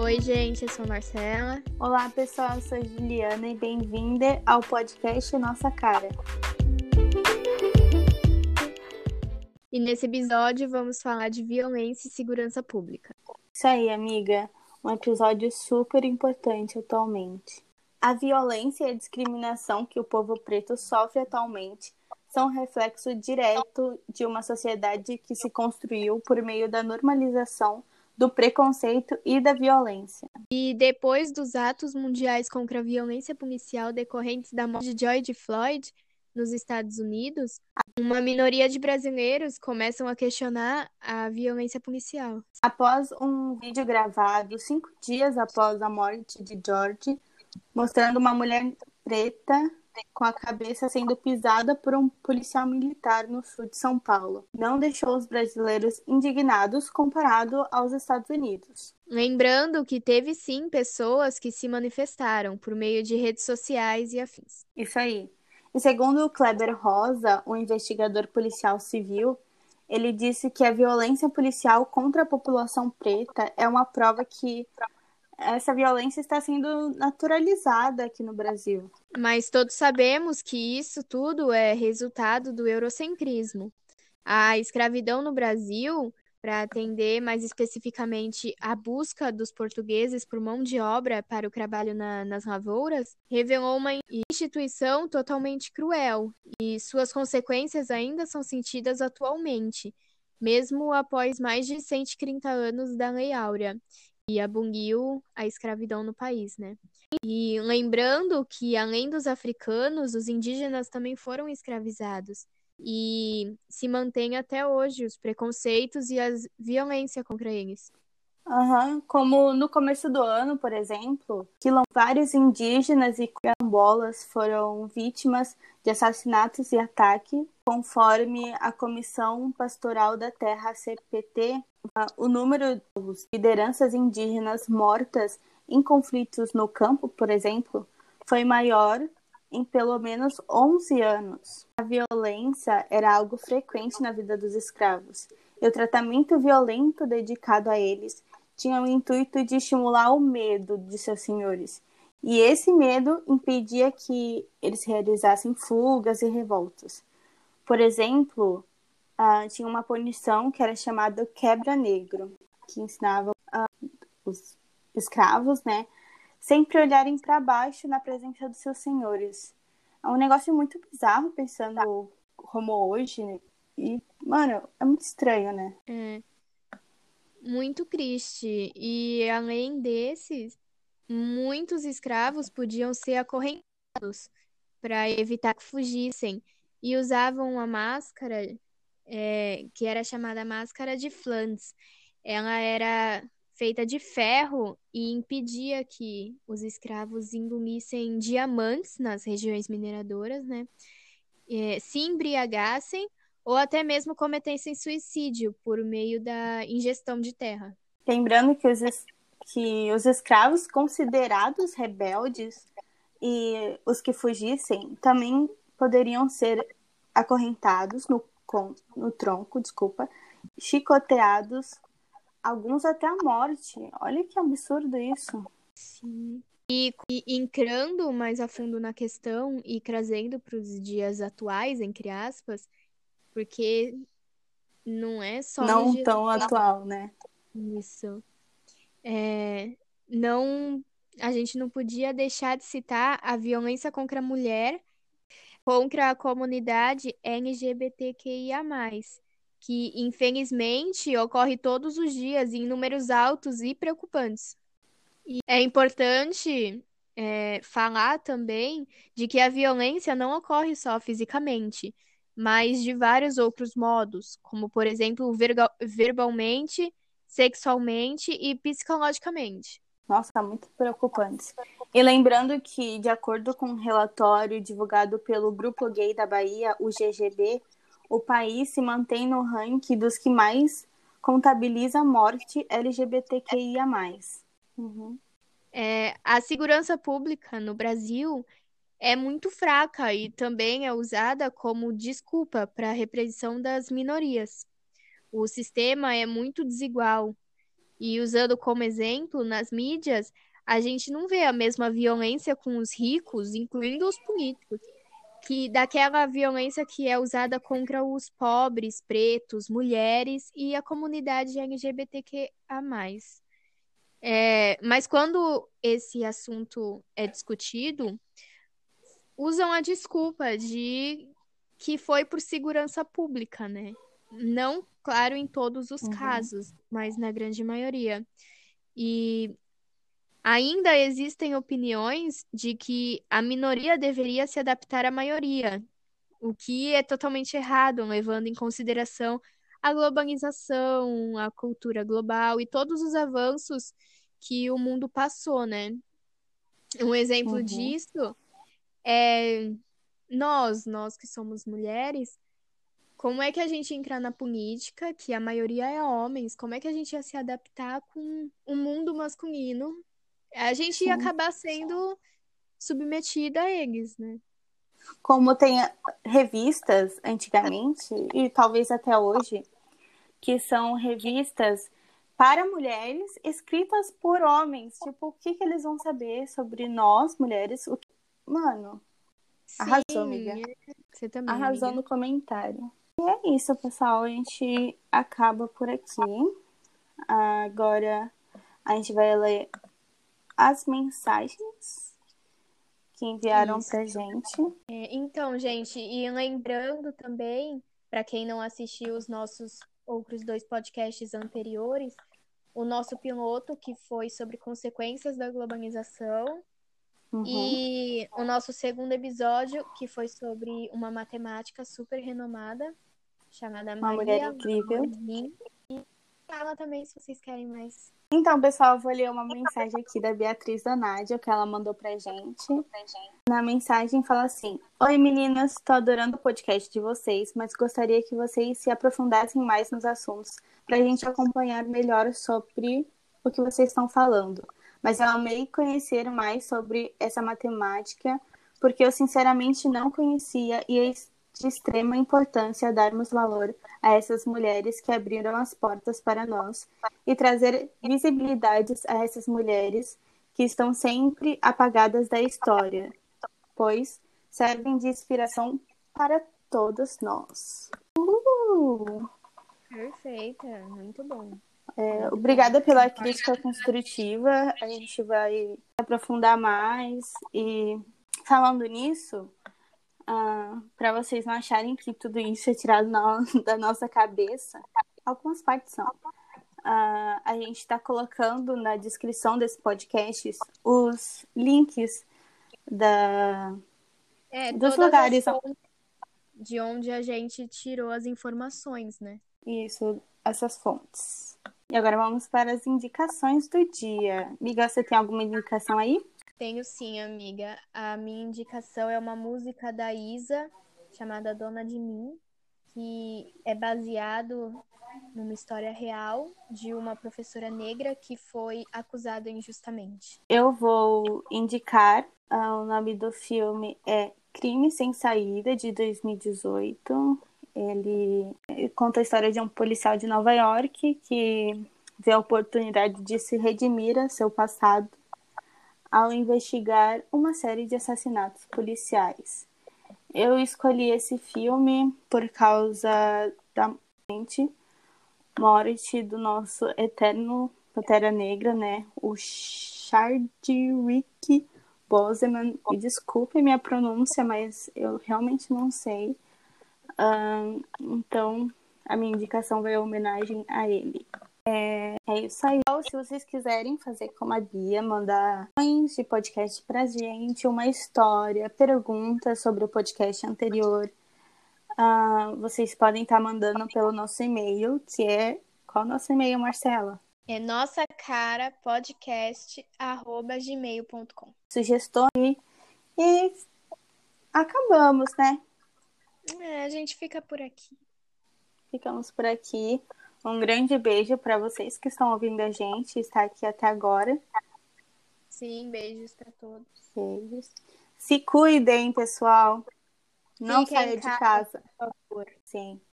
Oi, gente, eu sou a Marcela. Olá, pessoal, eu sou a Juliana e bem-vinda ao podcast Nossa Cara. E nesse episódio vamos falar de violência e segurança pública. Isso aí, amiga, um episódio super importante atualmente. A violência e a discriminação que o povo preto sofre atualmente são reflexo direto de uma sociedade que se construiu por meio da normalização do preconceito e da violência. E depois dos atos mundiais contra a violência policial decorrentes da morte de George Floyd nos Estados Unidos, uma minoria de brasileiros começam a questionar a violência policial. Após um vídeo gravado 5 dias após a morte de George, mostrando uma mulher preta com a cabeça sendo pisada por um policial militar no sul de São Paulo, não deixou os brasileiros indignados comparado aos Estados Unidos. Lembrando que teve sim pessoas que se manifestaram por meio de redes sociais e afins. Isso aí. E segundo o Kleber Rosa, um investigador policial civil, ele disse que a violência policial contra a população preta é uma prova que essa violência está sendo naturalizada aqui no Brasil. Mas todos sabemos que isso tudo é resultado do eurocentrismo. A escravidão no Brasil, para atender mais especificamente a busca dos portugueses por mão de obra para o trabalho nas lavouras, revelou uma instituição totalmente cruel e suas consequências ainda são sentidas atualmente, mesmo após mais de 130 anos da Lei Áurea, que aboliu a escravidão no país, né? E lembrando que, além dos africanos, os indígenas também foram escravizados. E se mantém até hoje os preconceitos e a violência contra eles. Como no começo do ano, por exemplo, vários indígenas e quilombolas foram vítimas de assassinatos e ataques, conforme a Comissão Pastoral da Terra, CPT. O número de lideranças indígenas mortas em conflitos no campo, por exemplo, foi maior em pelo menos 11 anos. A violência era algo frequente na vida dos escravos, e o tratamento violento dedicado a eles tinha o intuito de estimular o medo de seus senhores, e esse medo impedia que eles realizassem fugas e revoltas. Por exemplo, tinha uma punição que era chamada quebra-negro, que ensinava os escravos, né, sempre olharem para baixo na presença dos seus senhores. É um negócio muito bizarro pensando como hoje, né? E, mano, é muito estranho, né? É muito triste. E além desses, muitos escravos podiam ser acorrentados para evitar que fugissem e usavam uma máscara que era chamada máscara de Flanders. Ela era feita de ferro e impedia que os escravos engolissem diamantes nas regiões mineradoras, né? Se embriagassem ou até mesmo cometessem suicídio por meio da ingestão de terra. Lembrando que os escravos considerados rebeldes e os que fugissem também poderiam ser acorrentados no tronco, chicoteados, alguns até a morte. Olha que absurdo isso. Sim. E entrando mais a fundo na questão e trazendo para os dias atuais, entre aspas, porque não é só nos Não dias tão atual, né? Isso. Não, a gente não podia deixar de citar a violência contra a mulher, contra a comunidade LGBTQIA+, que infelizmente ocorre todos os dias em números altos e preocupantes. E é importante falar também de que a violência não ocorre só fisicamente, mas de vários outros modos, como, por exemplo, verbalmente, sexualmente e psicologicamente. Nossa, muito preocupantes. E lembrando que, de acordo com um relatório divulgado pelo Grupo Gay da Bahia, o GGB, o país se mantém no ranking dos que mais contabiliza morte LGBTQIA+. Uhum. A segurança pública no Brasil é muito fraca e também é usada como desculpa para a repressão das minorias. O sistema é muito desigual E usando como exemplo, nas mídias, a gente não vê a mesma violência com os ricos, incluindo os políticos, que daquela violência que é usada contra os pobres, pretos, mulheres e a comunidade LGBTQIA+. Mas quando esse assunto é discutido, usam a desculpa de que foi por segurança pública, né? Não, claro, em todos os casos, mas na grande maioria. E ainda existem opiniões de que a minoria deveria se adaptar à maioria, o que é totalmente errado, levando em consideração a globalização, a cultura global e todos os avanços que o mundo passou, né? Um exemplo Uhum. disso é nós que somos mulheres, como é que a gente entrar na política, que a maioria é homens, como é que a gente ia se adaptar com o mundo masculino? A gente ia Sim. acabar sendo submetida a eles, né? Como tem revistas antigamente, e talvez até hoje, que são revistas para mulheres escritas por homens. Tipo, o que eles vão saber sobre nós, mulheres? Mano, arrasou, amiga. Sim, você também, Arrasou amiga. no comentário. E é isso, pessoal. A gente acaba por aqui. Agora a gente vai ler as mensagens que enviaram Isso. pra gente. Então, gente, e lembrando também, para quem não assistiu os nossos outros dois podcasts anteriores, o nosso piloto, que foi sobre consequências da globalização, Uhum. e o nosso segundo episódio, que foi sobre uma matemática super renomada, chamada Uma mulher Maria incrível. Morim. Fala também se vocês querem mais. Então, pessoal, eu vou ler uma mensagem aqui da Beatriz Donadio, que ela mandou pra gente. Na mensagem fala assim: Oi meninas, tô adorando o podcast de vocês, mas gostaria que vocês se aprofundassem mais nos assuntos pra gente acompanhar melhor sobre o que vocês estão falando. Mas eu amei conhecer mais sobre essa matemática, porque eu sinceramente não conhecia e é de extrema importância darmos valor a essas mulheres que abriram as portas para nós e trazer visibilidade a essas mulheres que estão sempre apagadas da história, pois servem de inspiração para todos nós. Perfeita, muito bom. Obrigada pela crítica construtiva. A gente vai aprofundar mais. E falando nisso, para vocês não acharem que tudo isso é tirado da nossa cabeça, algumas partes são. A gente está colocando na descrição desse podcast os links dos Todas as lugares. fontes de onde a gente tirou as informações, né? Isso, essas fontes. E agora vamos para as indicações do dia. Miga, você tem alguma indicação aí? Tenho sim, amiga. A minha indicação é uma música da Isa, chamada Dona de Mim, que é baseado numa história real de uma professora negra que foi acusada injustamente. Eu vou indicar, o nome do filme é Crime Sem Saída, de 2018. Ele conta a história de um policial de Nova York que vê a oportunidade de se redimir a seu passado ao investigar uma série de assassinatos policiais. Eu escolhi esse filme por causa da morte do nosso eterno Pantera Negra, né? O Chadwick Boseman. Me desculpe minha pronúncia, mas eu realmente não sei. Então, a minha indicação vai em homenagem a ele. É isso aí. Se vocês quiserem fazer como a Bia, mandar de podcast pra gente, uma história, perguntas sobre o podcast anterior, vocês podem estar mandando pelo nosso e-mail, que é... Qual é o nosso e-mail, Marcela? É nossacarapodcast@gmail.com. Sugestões e acabamos, né? A gente fica por aqui. Ficamos por aqui. Um grande beijo para vocês que estão ouvindo a gente, está aqui até agora. Sim, beijos para todos. Beijos. Se cuidem, pessoal. Não Fiquem em saia de casa, casa. por favor. Sim.